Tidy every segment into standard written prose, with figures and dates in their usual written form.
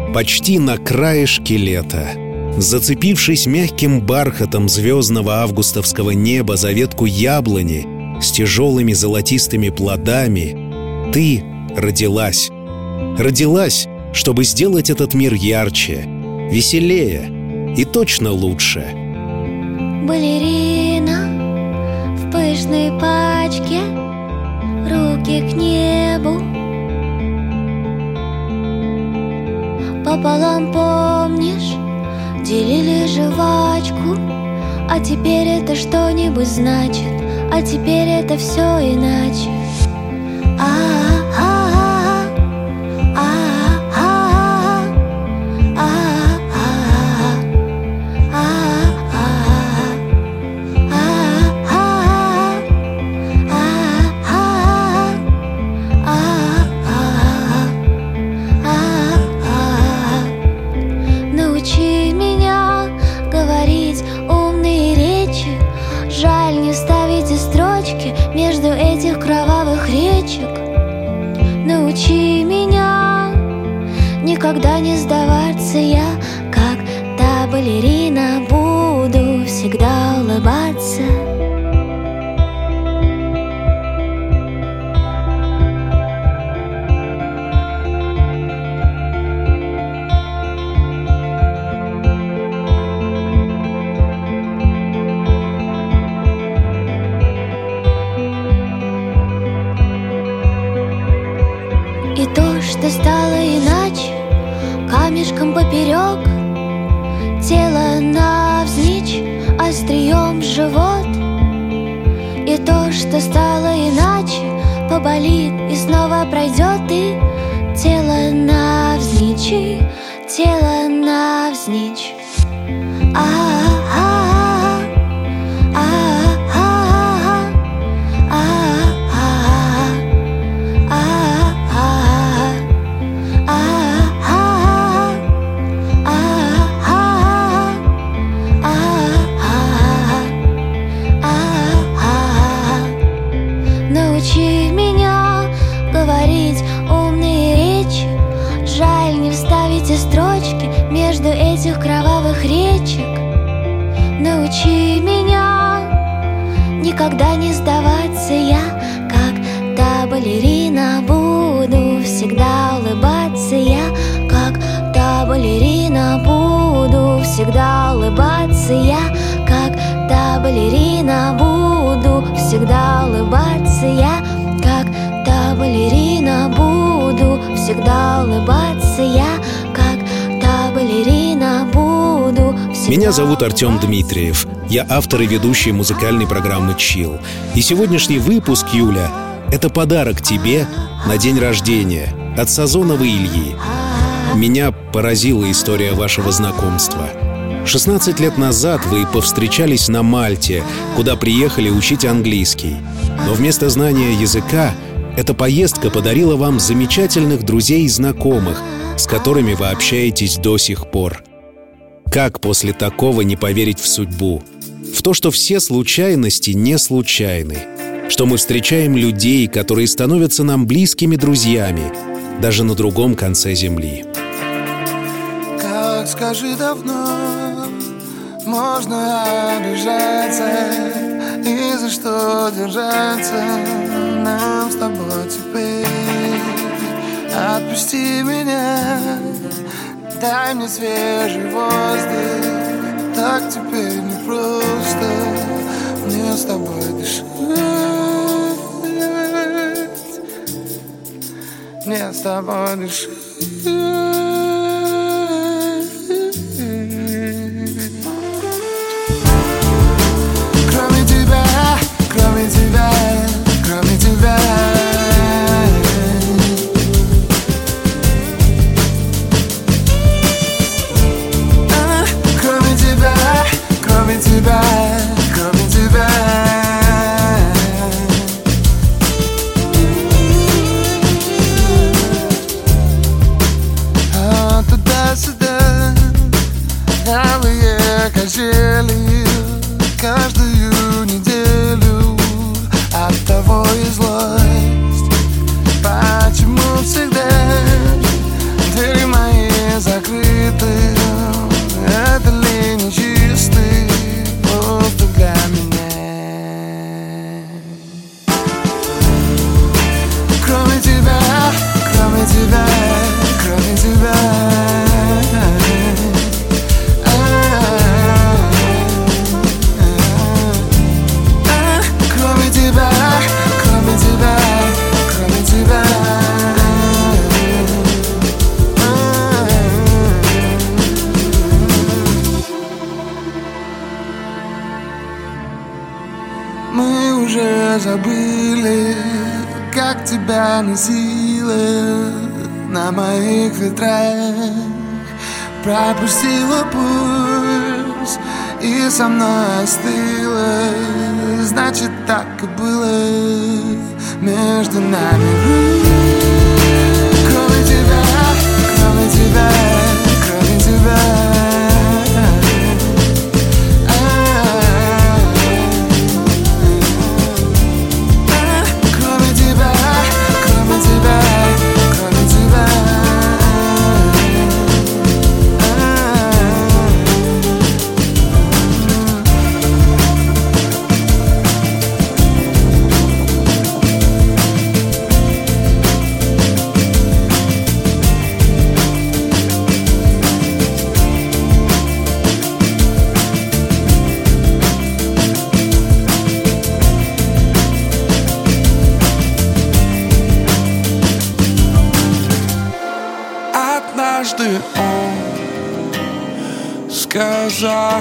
почти на краешке лета. Зацепившись мягким бархатом звездного августовского неба за ветку яблони с тяжелыми золотистыми плодами, ты родилась. Родилась, чтобы сделать этот мир ярче, веселее и точно лучше. Балерина в пышной пачке, руки к небу. Пополам, помнишь, делили жвачку, а теперь это что-нибудь значит, а теперь это все иначе. Научи меня говорить умные речи, жаль не вставить и строчки между этих кровавых речек. Научи меня никогда не сдаваться, я, как та балерина, буду всегда улыбаться. И то, что стало иначе, камешком поперек, тело навзничь, острием в живот. И то, что стало иначе, поболит и снова пройдет. И тело навзничь, тело навзничь. Научи меня говорить умные речи, жаль не вставить и строчки между этих кровавых речек. Научи меня никогда не сдаваться, я, как та балерина, буду всегда улыбаться. Я, как та балерина, буду всегда улыбаться. Я, как та балерина, буду всегда улыбаться. Я, как та балерина, буду всегда улыбаться. Я, как та балерина, буду всегда. Меня зовут Артем Дмитриев. Я автор и ведущий музыкальной программы «Чилл». И сегодняшний выпуск, Юля, это подарок тебе на день рождения от Сазонова Ильи. Меня поразила история вашего знакомства. 16 лет назад вы повстречались на Мальте, куда приехали учить английский. Но вместо знания языка эта поездка подарила вам замечательных друзей и знакомых, с которыми вы общаетесь до сих пор. Как после такого не поверить в судьбу? В то, что все случайности не случайны. Что мы встречаем людей, которые становятся нам близкими друзьями, даже на другом конце земли. Как, скажи, давно можно обижаться и за что держаться нам с тобой теперь? Отпусти меня, дай мне свежий воздух. Так теперь не просто мне с тобой дышать, мне с тобой дышать. Кроме тебя, кроме тебя, кроме тебя. Кроме тебя, кроме тебя, кроме тебя. Мы уже забыли, как тебя носило на моих ветрах. Пропустила пульс и со мной остыла. Значит, так и было между нами. Кроме тебя, кроме тебя, кроме тебя. Кроме тебя, кроме тебя, кроме тебя. Однажды он сказал: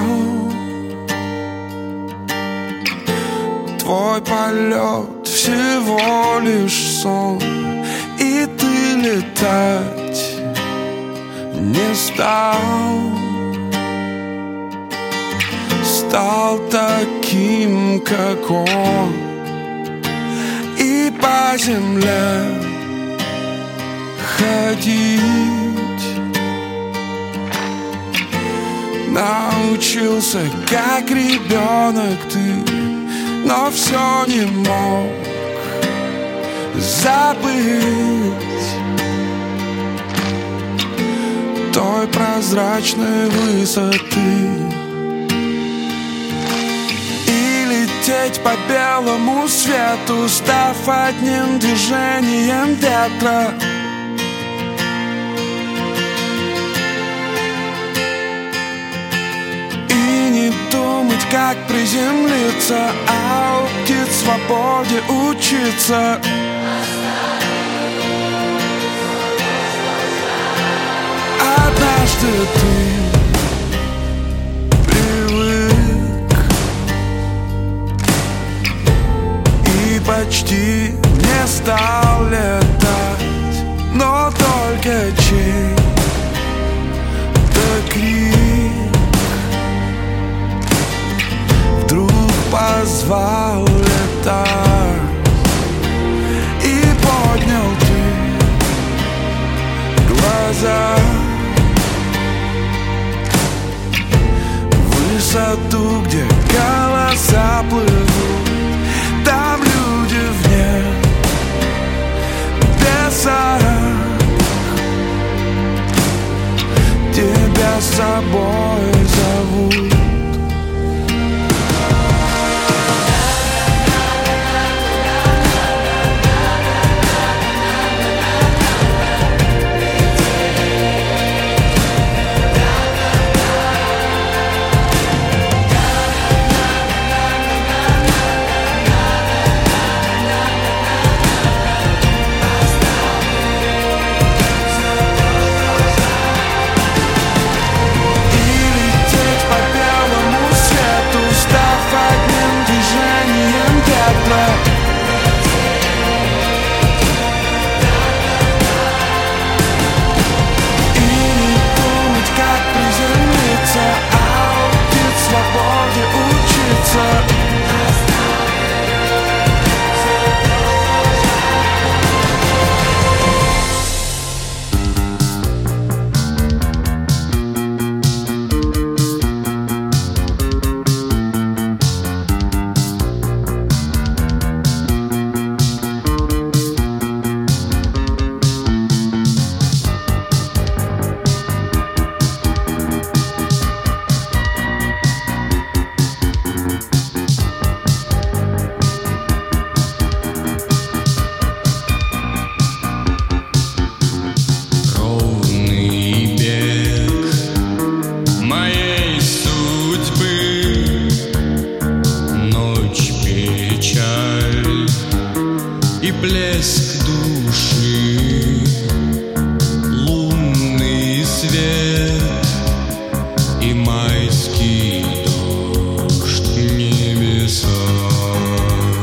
твой полет всего лишь сон, и ты летать не стал. Стал таким, как он, и по земле ходить. Научился, как ребенок ты, но все не мог забыть той прозрачной высоты. И лететь по белому свету, став одним движением ветра. Как приземлиться, а у птиц свободе учиться. Однажды ты привык и почти не стал летать, но только чей-то крик позвал летать, и поднял ты глаза в высоту, где голоса плывут. Там люди вне небеса тебя с собой зовут. Блеск души, лунный свет и майский дождь небеса.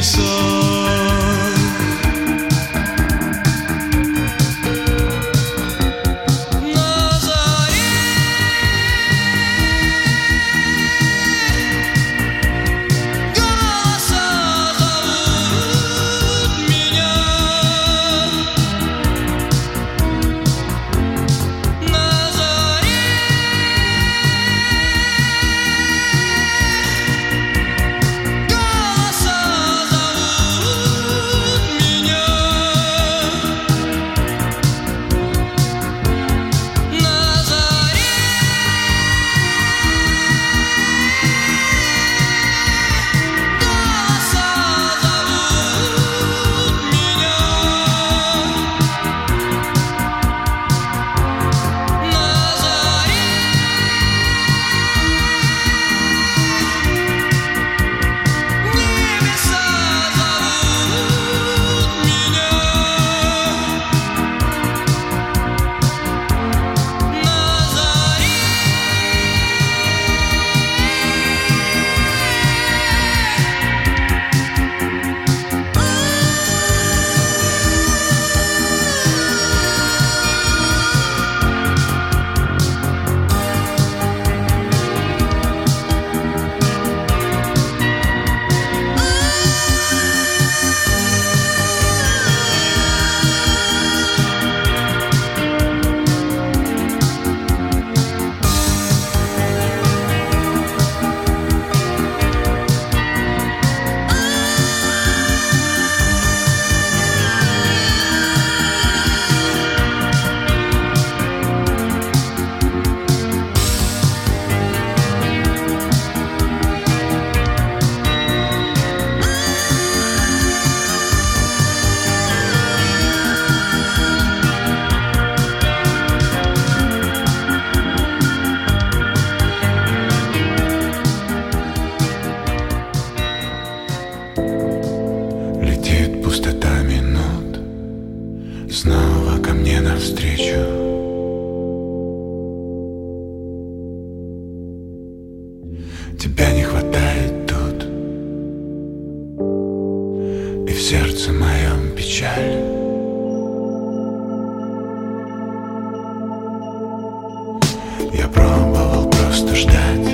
Тебя не хватает тут, и в сердце моем печаль. Я пробовал просто ждать,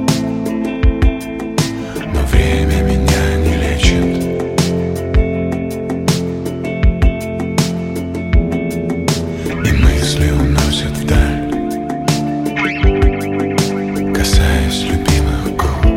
но время меня не лечит. И мысли уносят вдаль, касаясь любимых губ.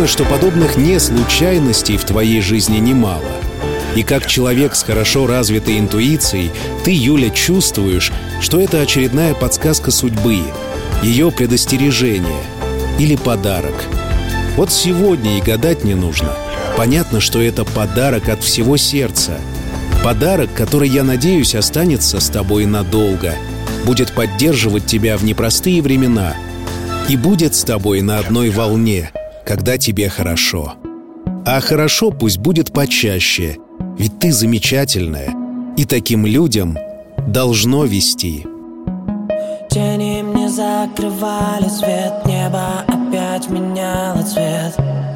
что подобных неслучайностей в твоей жизни немало. И как человек с хорошо развитой интуицией, ты, Юля, чувствуешь, что это очередная подсказка судьбы, ее предостережение или подарок. Вот сегодня и гадать не нужно. Понятно, что это подарок от всего сердца. Подарок, который, я надеюсь, останется с тобой надолго, будет поддерживать тебя в непростые времена и будет с тобой на одной волне, когда тебе хорошо. А хорошо пусть будет почаще, ведь ты замечательная, и таким людям должно вести. Тени мне закрывали свет, небо опять меняло цвет.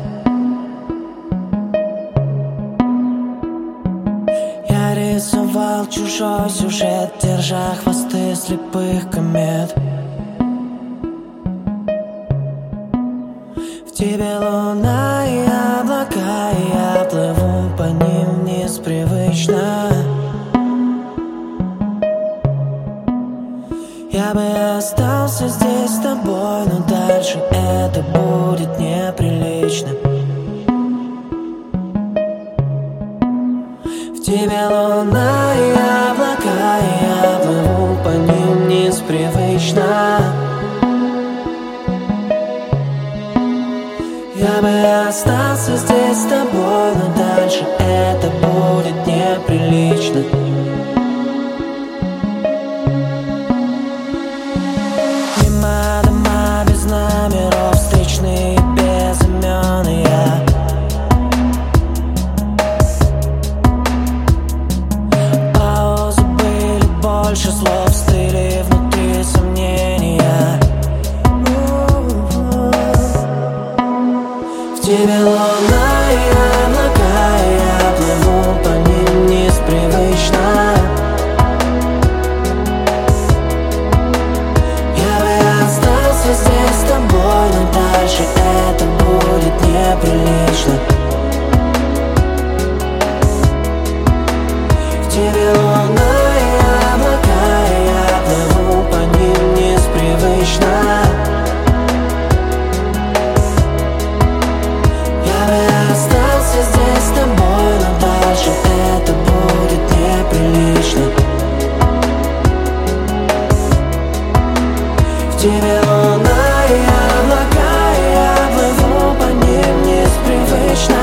Я рисовал чужой сюжет, держа хвосты слепых комет. В тебе луна и облака, и я плыву по ним вниз привычно. Я бы остался здесь с тобой, но дальше это будет неприлично. В тебе луна и облака, и я плыву по ним вниз привычно. Я бы остался здесь с тобой, но дальше это будет неприлично. Мимо дома без номеров, встречные без имен, и я паузы были больше слов, стыли внутри сомнения. В тебе луна и облака, и я плыву по ним вниз привычно. Я бы остался здесь с тобой, но дальше это будет неприлично. В тебе луна и облака, и я плыву по ним вниз привычно. Я бы остался здесь с тобой, но дальше это будет неприлично. В тебе луна и облака, и я плыву по ним вниз привычно.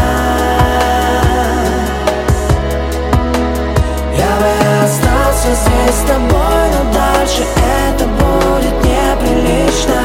Я бы остался здесь с тобой, но дальше это будет неприлично.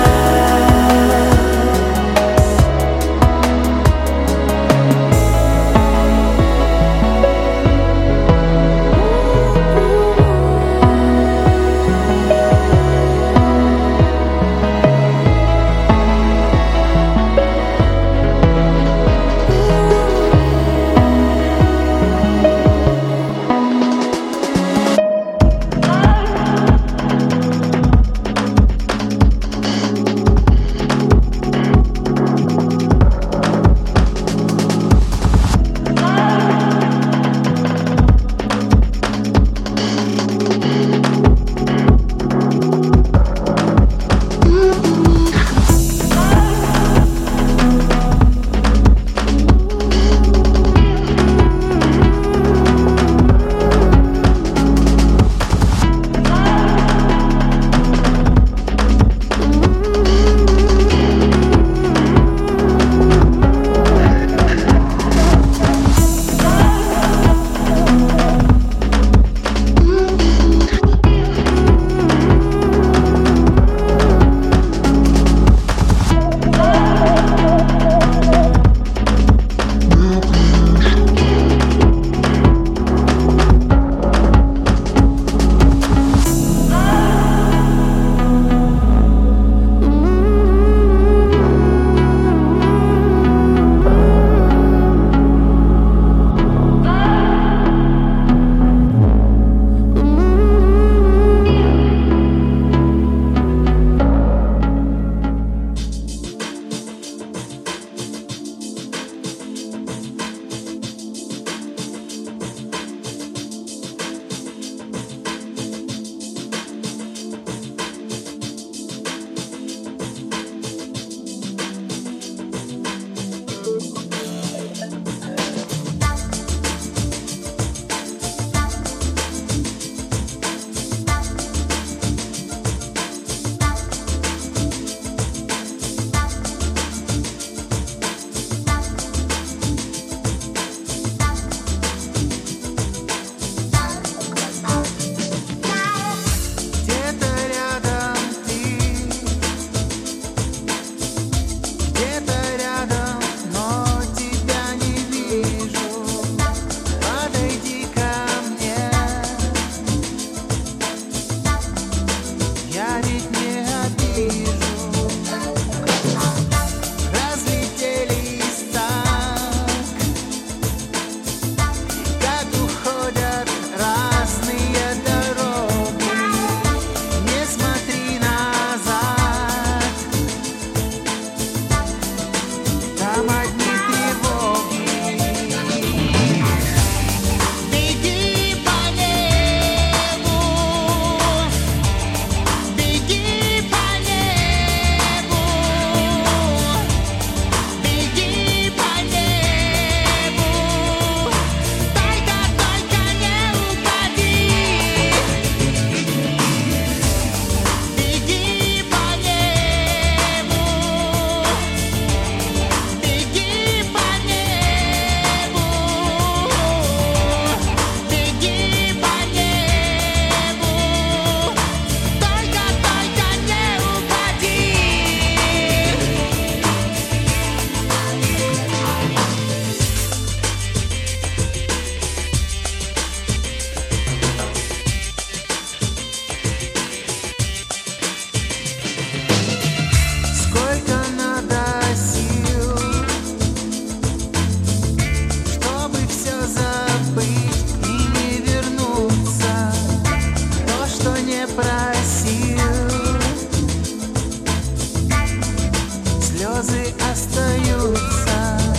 слезы остаются.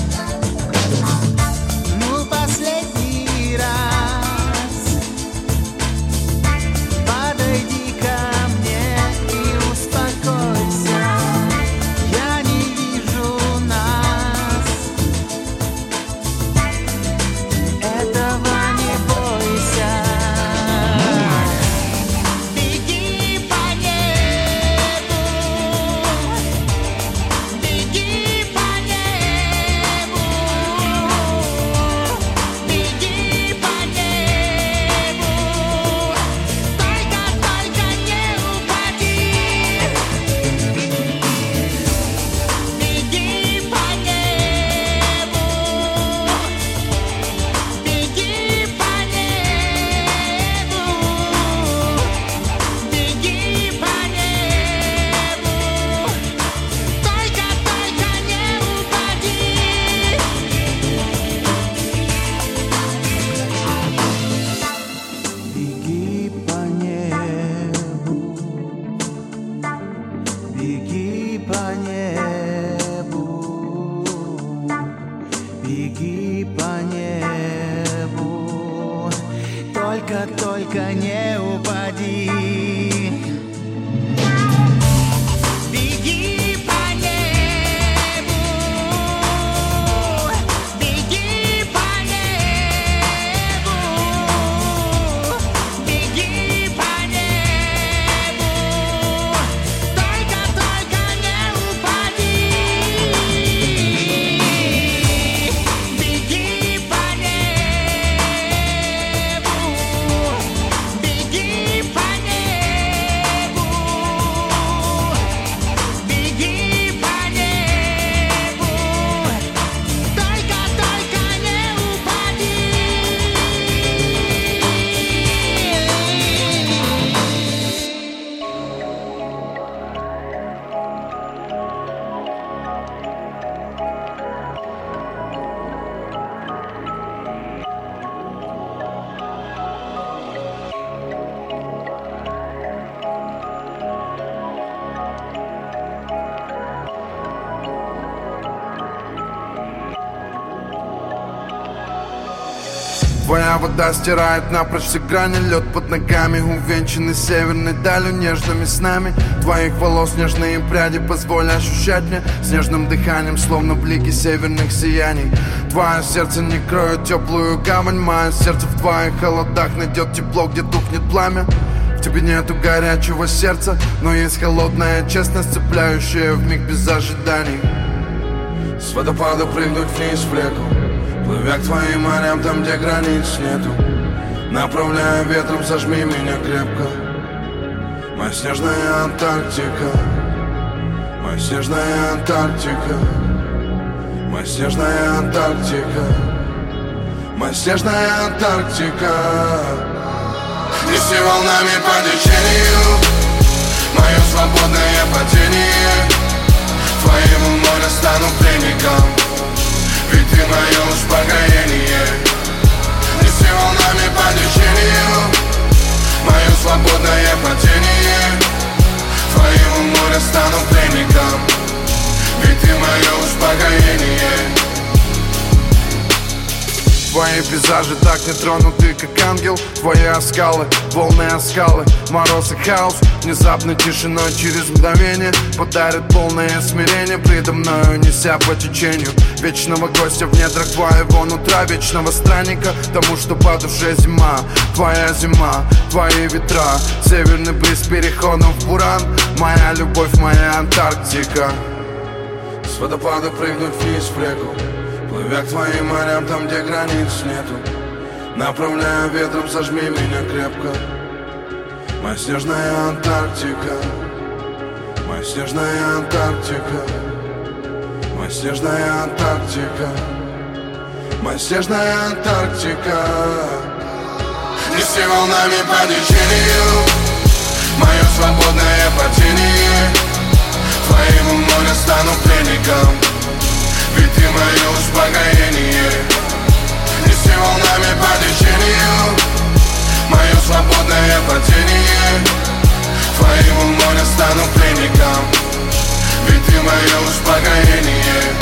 Ну, последний раз подойди ко мне и успокойся. Я не вижу нас. Этого не бойся. Беги по небу, беги по небу, беги по небу, только не упади. Беги по небу, беги по небу, беги по небу, только не упади. Беги по небу, беги по небу, беги по небу, только не упади. Беги по небу, беги по небу, беги по небу, только не упади. Беги по небу, беги по небу, беги по небу, только не упади. Твоя вода стирает напрочь все грани. Лед под ногами, увенчанный северной далью, нежными снами твоих волос нежные пряди. Позволь ощущать мне снежным дыханием, словно блики северных сияний. Твое сердце не кроет теплую гавань. Мое сердце в твоих холодах найдет тепло, где тухнет пламя. В тебе нету горячего сердца, но есть холодная честность, цепляющая вмиг без ожиданий. С водопада прыгнуть вниз в реку, плывя к твоим морям, там, где границ нету. Направляя ветром, сожми меня крепко. Моя снежная Антарктика, моя снежная Антарктика, моя снежная Антарктика, моя снежная Антарктика. Неси волнами по течению мое свободное падение. Твоему морю стану пленником, ведь ты мое успокоение. Неси волнами по течению мое свободное падение. Твоему морю стану пленником, ведь ты мое успокоение. Твои пейзажи так не тронуты, как ангел. Твои оскалы, волны оскалы, мороз и хаос. Внезапной тишиной через мгновение подарит полное смирение предо мною, неся по течению вечного гостя в недрах твоего нутра, вечного странника тому, что по душе зима. Твоя зима, твои ветра, северный бриз переходом в буран. Моя любовь, моя Антарктика. С водопада прыгнуть вниз в реку, плывя к твоим морям, там, где границ нету. Направляя ветром, сожми меня крепко. Моя снежная Антарктика, моя снежная Антарктика, моя снежная Антарктика, моя снежная Антарктика. Неси волнами по течению мое свободное падение. Твоему морю стану пленником, ведь ты мое успокоение. Неси волнами по течению мое свободное падение. Твоему морю стану пленником, ведь ты мое успокоение. успокоение.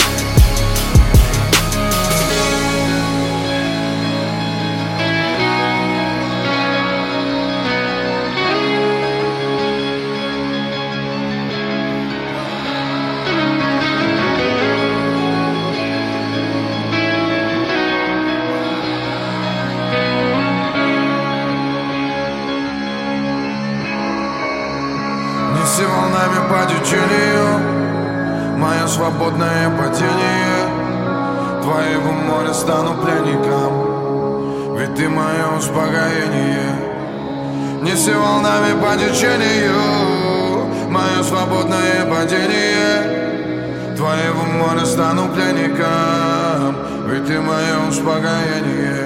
Неси волнами по течению мое свободное падение. Твоего моря стану пленником, ведь ты мое успокоение. Неси волнами по течению мое свободное падение. Твоего моря стану пленником, ведь ты мое успокоение.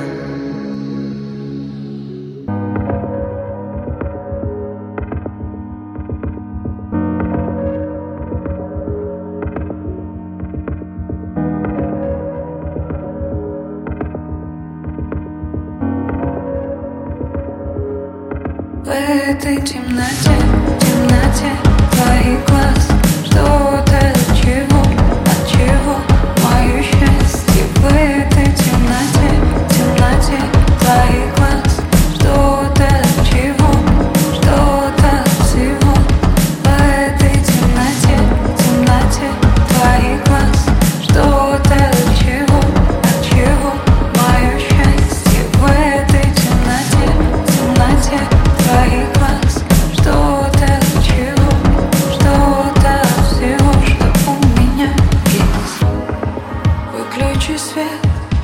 В этой темноте, темноте твоих глаз что-то от чего мое счастье. В этой темноте, темноте твоих глаз что-то от чего, что-то от всего. В этой темноте, темноте твоих глаз что-то от чего мое счастье. В этой темноте, темноте твоих глаз что-то от чего, что-то от всего, что у меня есть. Выключи свет,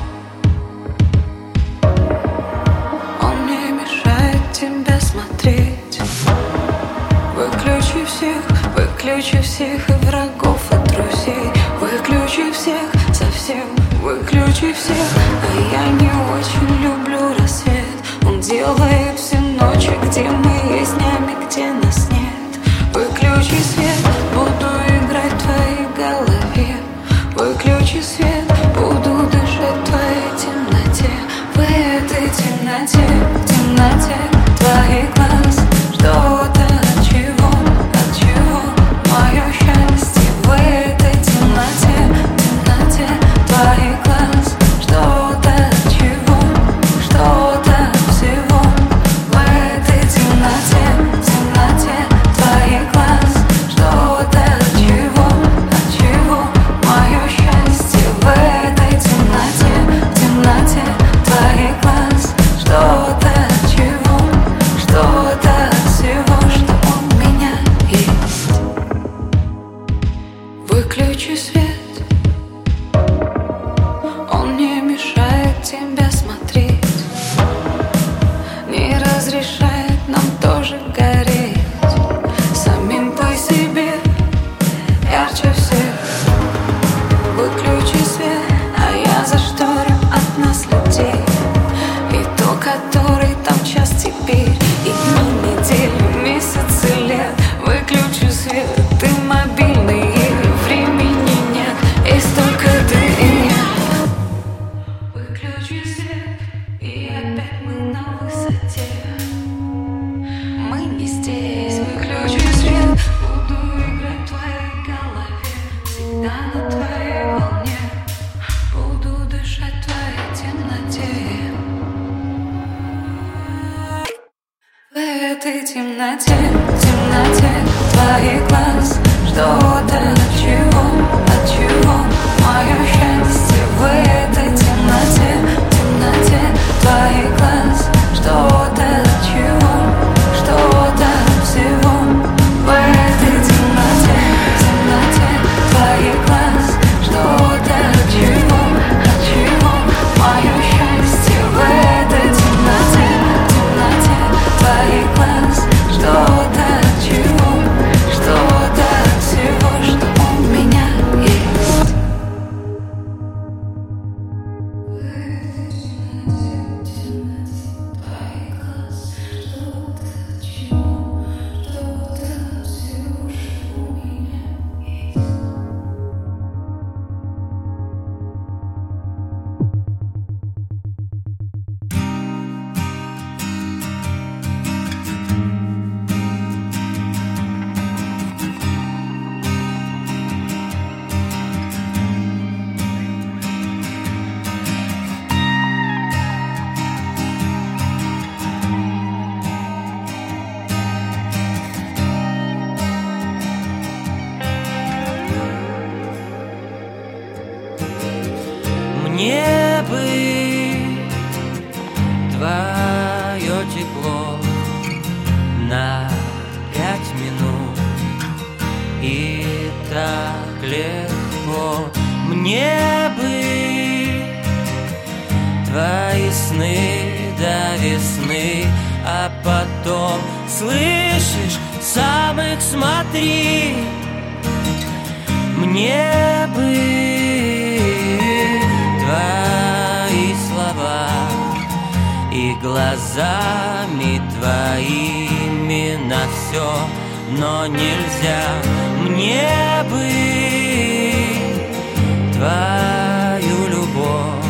он не мешает тебе смотреть. Выключи всех и врагов, и друзей. Выключи всех совсем, выключи всех. А я не очень люблю рассвет. Он делает все ночи, где мы есть днями, где нас нет. Выключи свет, буду играть в твоей голове. Выключи свет, буду дышать в твоей темноте. В этой темноте, темноте твоих глаз что-то от чего мое счастье. В этой темноте, темноте твоих глаз что-то от чего, что-то от всего. В этой темноте, темноте твоих глаз что-то от чего мое счастье. В этой темноте, темноте твоих глаз что-то от чего, что-то от всего, что у меня есть. Выключи свет, он не мешает тебе смотреть, не разрешает нам тоже гореть самим по себе, ярче всех. Выключи свет, а я зашторю от нас людей, и то, который там час теперь, и дни, недели, месяцы, лет. Выключи свет, ты мобильный, и времени нет, есть только ты и я. Выключи свет, и опять мы на высоте. Мы не здесь. Выключи свет, буду играть в твоей голове, всегда на твоей волне. Буду дышать в твоей темноте. В этой темноте, темноте твоих глаз что-то от чего мое счастье. В этой темноте, темноте твоих глаз что-то от чего, что-то от всего. В этой темноте, темноте твоих глаз Мне бы твое тепло на 5 минут, и так легко. Мне бы твои сны до весны, а потом, слышишь, сам их смотри. Мне бы твои слова и глазами твоими на все, но нельзя. Мне бы твою любовь,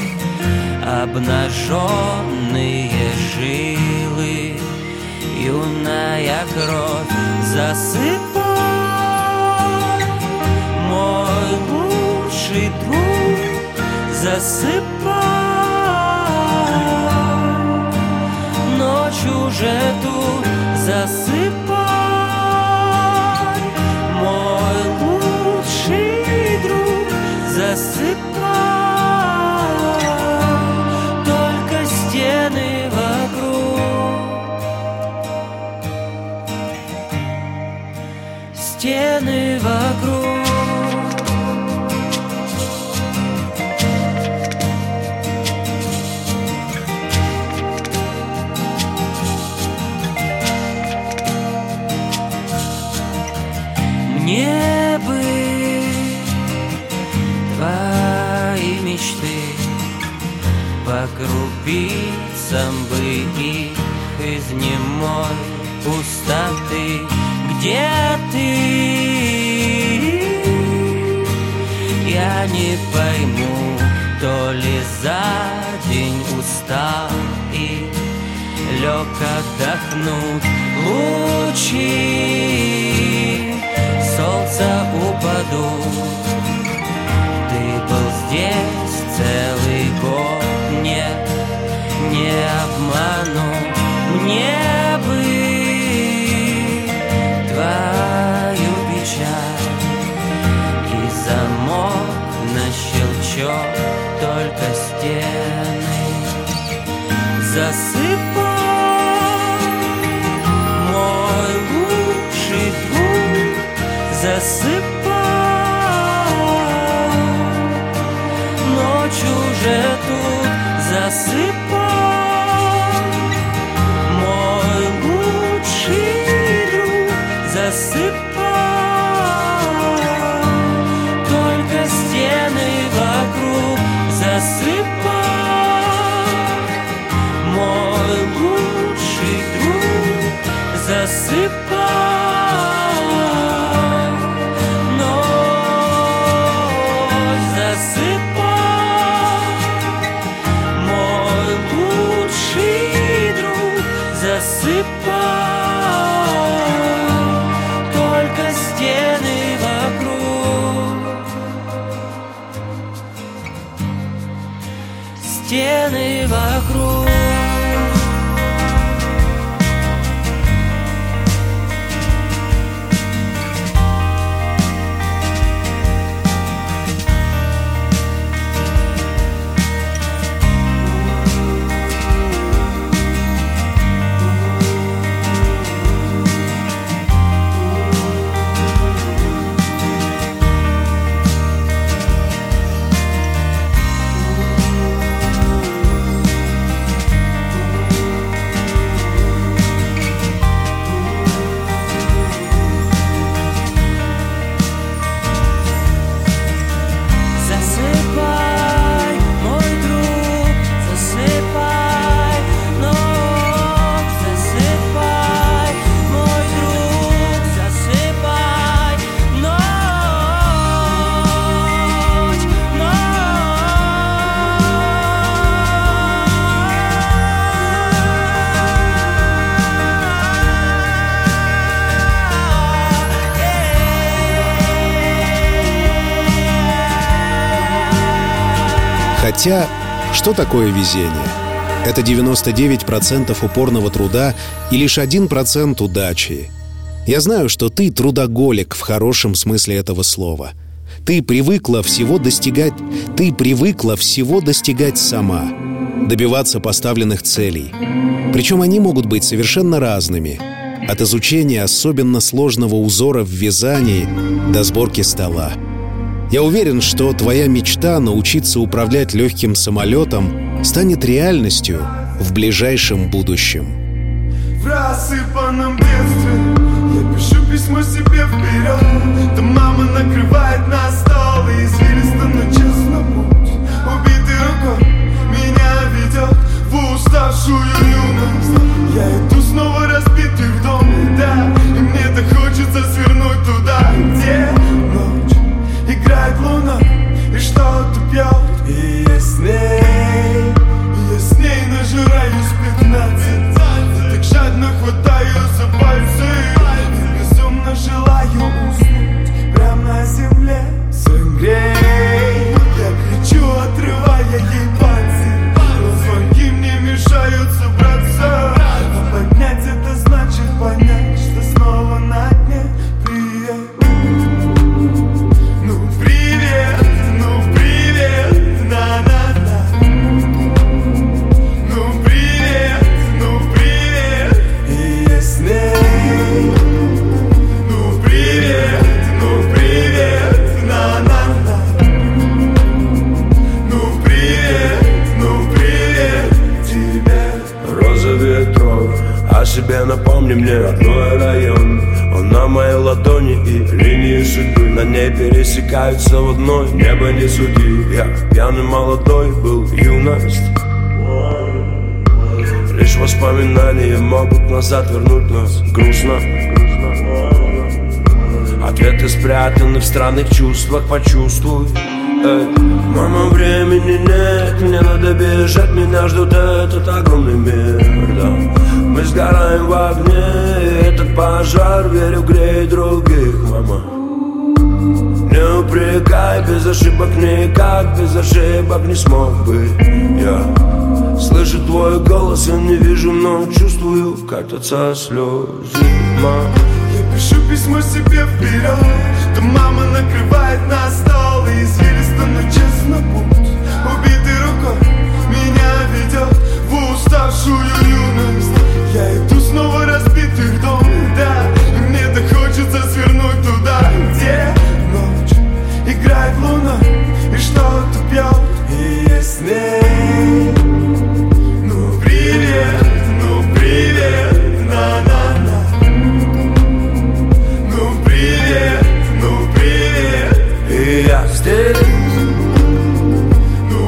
обнаженные жилы, юная кровь, засыпай, мой лучший друг, засыпай. Ночь уже тут, засыпай, мой лучший друг, засыпай. Только стены вокруг, стены вокруг. Мне бы твои мечты, по крупицам бы их из немой пустоты. Где ты? Я не пойму, то ли за день устал и лег отдохнуть. Лучи солнца упадут. Ты был здесь целый год, нет, не обману. Мне бы твою печаль и замок на щелчок, только стены засыпай, мой лучший друг, засыпай. Ночь уже тут, засыпай, мой лучший друг, засыпай. Только стены вокруг, засыпай, мой лучший друг, засыпай. Только стены вокруг, стены вокруг. Хотя, что такое везение? Это 99% упорного труда и лишь 1% удачи. Я знаю, что ты трудоголик в хорошем смысле этого слова. Ты привыкла всего достигать сама, добиваться поставленных целей. Причем они могут быть совершенно разными. От изучения особенно сложного узора в вязании до сборки стола. Я уверен, что твоя мечта научиться управлять легким самолетом станет реальностью в ближайшем будущем. В рассыпанном детстве я пишу письмо себе вперед. Да мама накрывает на стол и извилисто, но честно путь убитой рукой меня ведет в уставшую юность. Я иду снова разбитый в доме, да, и мне так хочется свернуть туда, где ночь играет луна и что-то пьет. И я с ней нажираюсь 15. Так жадно хватаю за пальцы и безумно желаю уснуть прямо на земле. Согрей, я кричу, отрывая ей пальцы, но звонки мне мешают собраться. А поднять это значит понять, что снова на дне. Привет, ну привет, на-на-на. Ну привет, и я с ней. Ну привет, на-на-на. Ну привет тебе. Роза ветров, о себе напомни мне родной район. Он на моей ладони и линии судьбы на ней пересекаются в одной. Небо не суди, я пьяный молодой был, юность. Лишь воспоминания могут назад вернуть нас. Грустно. Ответы спрятаны в странных чувствах, почувствуй. Мама, времени нет, мне надо бежать, меня ждет этот огромный мир, да. Мы сгораем в огне, этот пожар, верю, греет других, мама. Не упрекай, без ошибок никак, без ошибок не смог бы я. Слышу твой голос, я не вижу, но чувствую, катятся слезы, мама. Я пишу письмо себе вперед. Да мама накрывает на стол и извилисто, но честно путь убитой рукой меня ведет в уставшую юность. Я иду снова разбитый в доме, да, и мне так хочется свернуть туда, где ночь играет луна и что-то пьет. И я с ней. Ну привет, на-на-на. Ну привет, и я здесь. Ну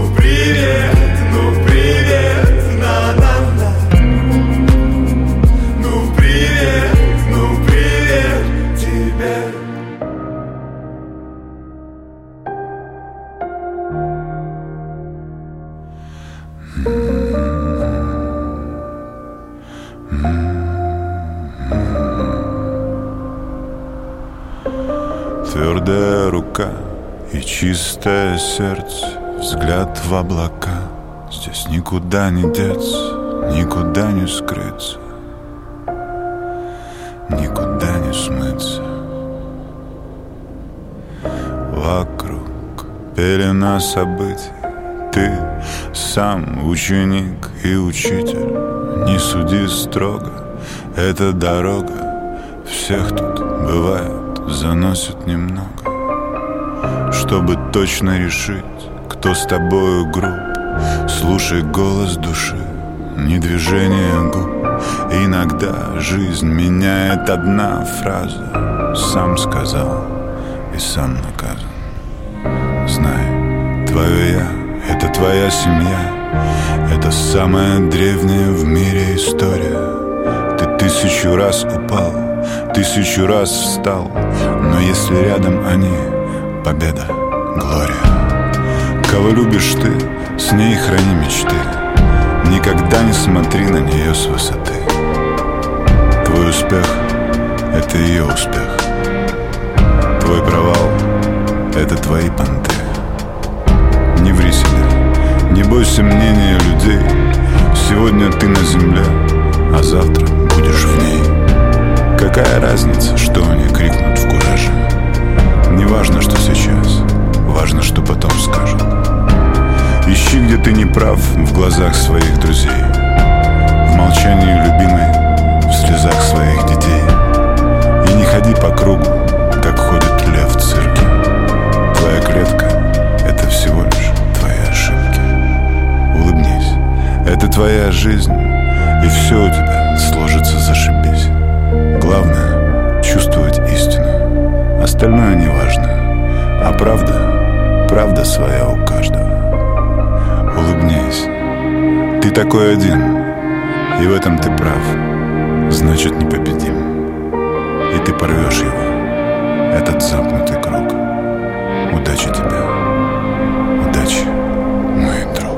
привет, на-на-на. Ну привет тебе. Твердая рука и чистое сердце, взгляд в облака. Здесь никуда не деться, никуда не скрыться, никуда не смыться. Вокруг пелена событий, ты сам ученик и учитель. Не суди строго, это дорога. Всех тут бывает, заносит немного. Чтобы точно решить, кто с тобою груб, слушай голос души, не движение губ. Иногда жизнь меняет одна фраза. Сам сказал и сам наказан. Знай, твое я — это твоя семья. Это самая древняя в мире история. Ты 1000 раз упал, 1000 раз встал, но если рядом они — победа, глория. Кого любишь ты, с ней храни мечты. Никогда не смотри на нее с высоты. Твой успех — это ее успех. Твой провал — это твои понты. Не ври себе, не бойся мнения людей. Сегодня ты на земле, а завтра будешь в ней. Какая разница, что они крикнут в кураже? Неважно, что сейчас, прав в глазах своих друзей, в молчании любимой, в слезах своих детей. И не ходи по кругу, как ходит лев в цирке. Твоя клетка — это всего лишь твои ошибки. Улыбнись, это твоя жизнь, и все у тебя сложится зашибись. Главное — чувствовать истину, остальное не важно. А правда своя у каждого. Улыбнись, ты такой один, и в этом ты прав, значит непобедим. И ты порвешь его, этот замкнутый круг. Удачи тебе, удачи, мой друг.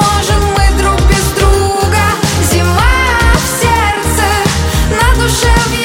Душе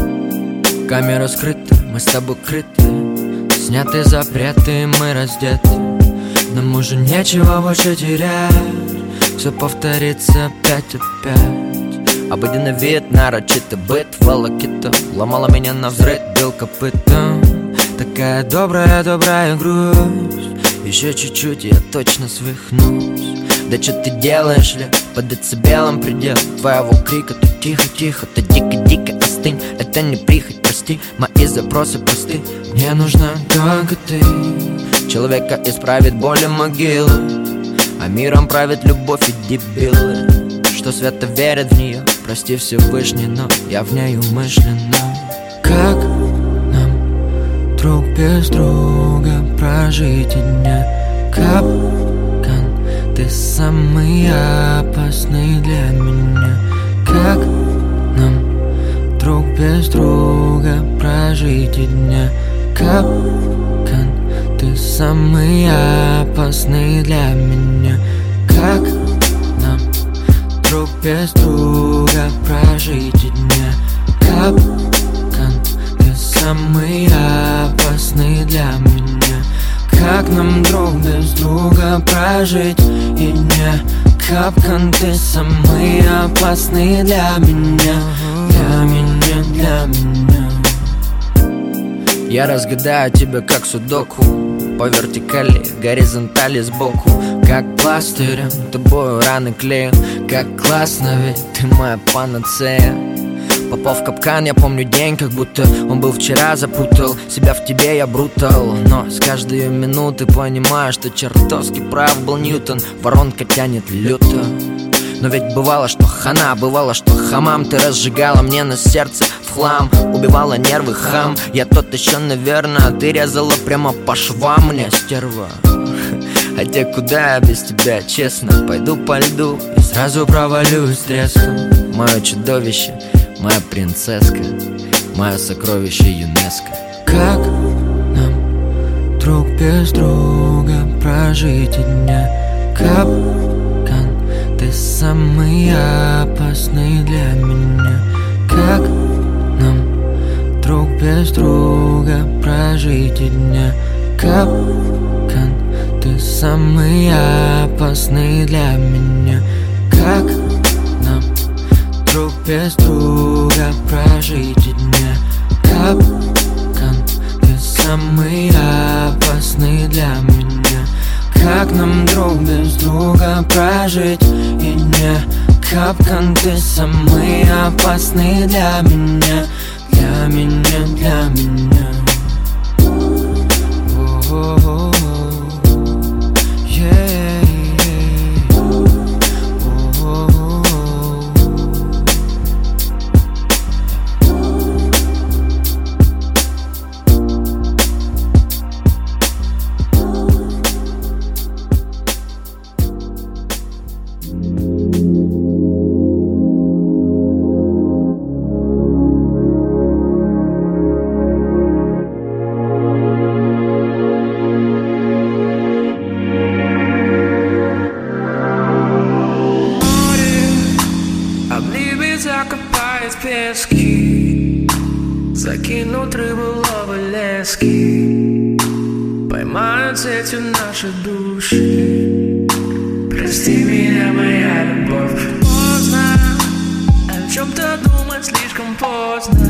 Камера скрыта, мы с тобой крыты, сняты запреты, мы раздеты. Нам уже нечего больше терять, все повторится опять. Обыденный вид, нарочитый быт, волокита ломала меня навзрыд, бил копытом. Такая добрая грусть, еще чуть-чуть, я точно свихнусь. Да что ты делаешь, ли? Под децибелом предел твоего крика. Ты тихо, ты дико остынь. Это не прихоть, прости, мои запросы просты. Мне нужна только ты. Человека исправит боль и могилы, а миром правит любовь и дебилы, что свято верят в нее. Прости Всевышний, но я в ней умышленно. Как нам друг без друга прожить и дня? Капкан, ты самый опасный для меня. Как нам друг без друга прожить и дня? Капкан, ты самый опасный для меня. Как нам друг без друга прожить и дня? Капкан, ты самый опасный для меня. Как нам друг без друга прожить и дня? Капкан, ты самый опасный для меня. Для меня, для меня. Я разгадаю тебя как судоку, по вертикали, горизонтали сбоку. Как пластырем тобою раны клею. Как классно, ведь ты моя панацея. Попал в капкан, я помню день, как будто он был вчера. Запутал себя в тебе, я брутал. Но с каждой минуты понимаю, что чертовски прав был Ньютон. Воронка тянет люто. Но ведь бывало, что хана, бывало, что хамам. Ты разжигала мне на сердце в хлам, убивала нервы, хам. Я тот еще, наверное, ты резала прямо по швам мне, стерва. Хотя куда я без тебя, честно? Пойду по льду и сразу провалюсь с треском. Мое чудовище, моя принцесска, мое сокровище ЮНЕСКО. Как нам друг без друга прожить и дня? Капкан, ты самый опасный для меня. Как нам друг без друга прожить и дня? Капкан, ты самый опасный для меня. Как нам друг без друга прожить и дня? Капкан, ты самый опасный для меня. Как нам друг без друга прожить и дня? Капкан, ты самый опасный для меня. Для меня, для меня. О-о-о. Закинут рыболовы лески, поймают сетью наши души. Прости меня, моя любовь. Поздно о чем-то думать, слишком поздно.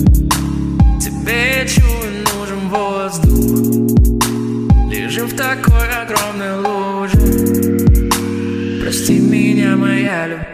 Тебе, чую, нужен воздух. Лежим в такой огромной луже. Прости меня, моя любовь.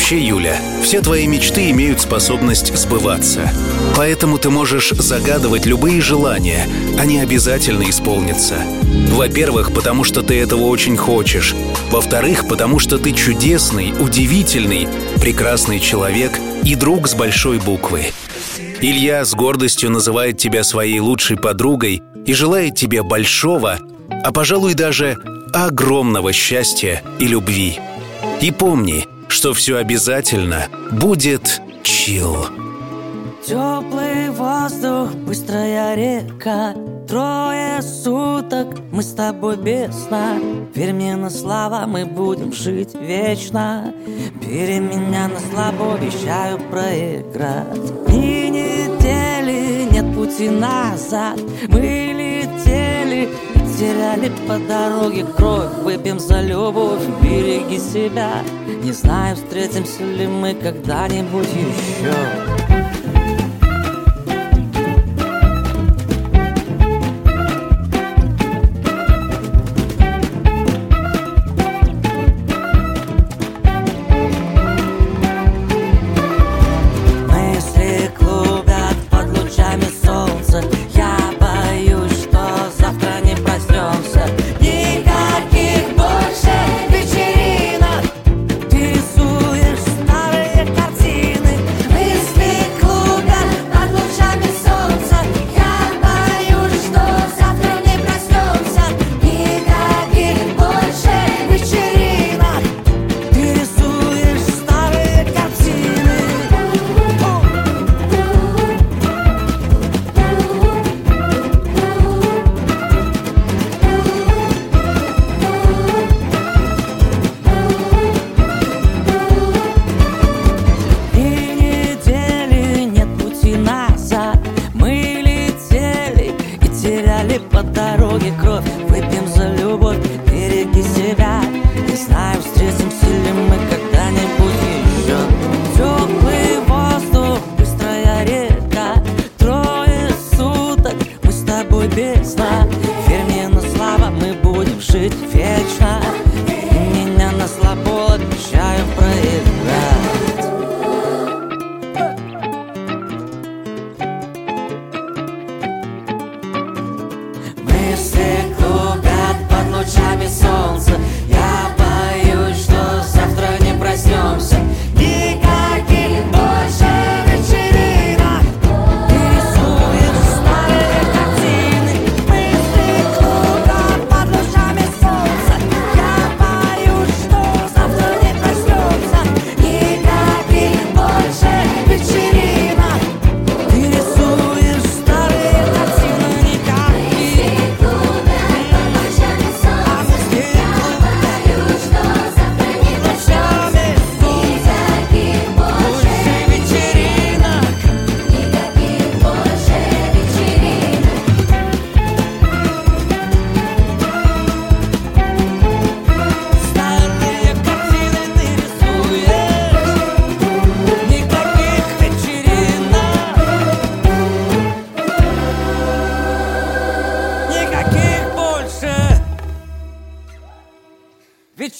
Вообще, Юля, все твои мечты имеют способность сбываться. Поэтому ты можешь загадывать любые желания, они обязательно исполнятся. Во-первых, потому что ты этого очень хочешь. Во-вторых, потому что ты чудесный, удивительный, прекрасный человек и друг с большой буквы. Илья с гордостью называет тебя своей лучшей подругой и желает тебе большого, а, пожалуй, даже огромного счастья и любви. И помни, что все обязательно будет чилл. Теплый воздух, быстрая река, 3 суток мы с тобой без сна. Верь мне на слова, мы будем жить вечно. Бери меня на слабо, обещаю проиграть. И недели нет пути назад. Мы летели и теряли по дороге кровь. Выпьем за любовь, береги себя. Не знаю, встретимся ли мы когда-нибудь еще.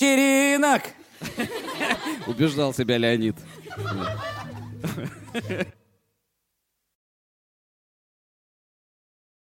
Убеждал себя Леонид.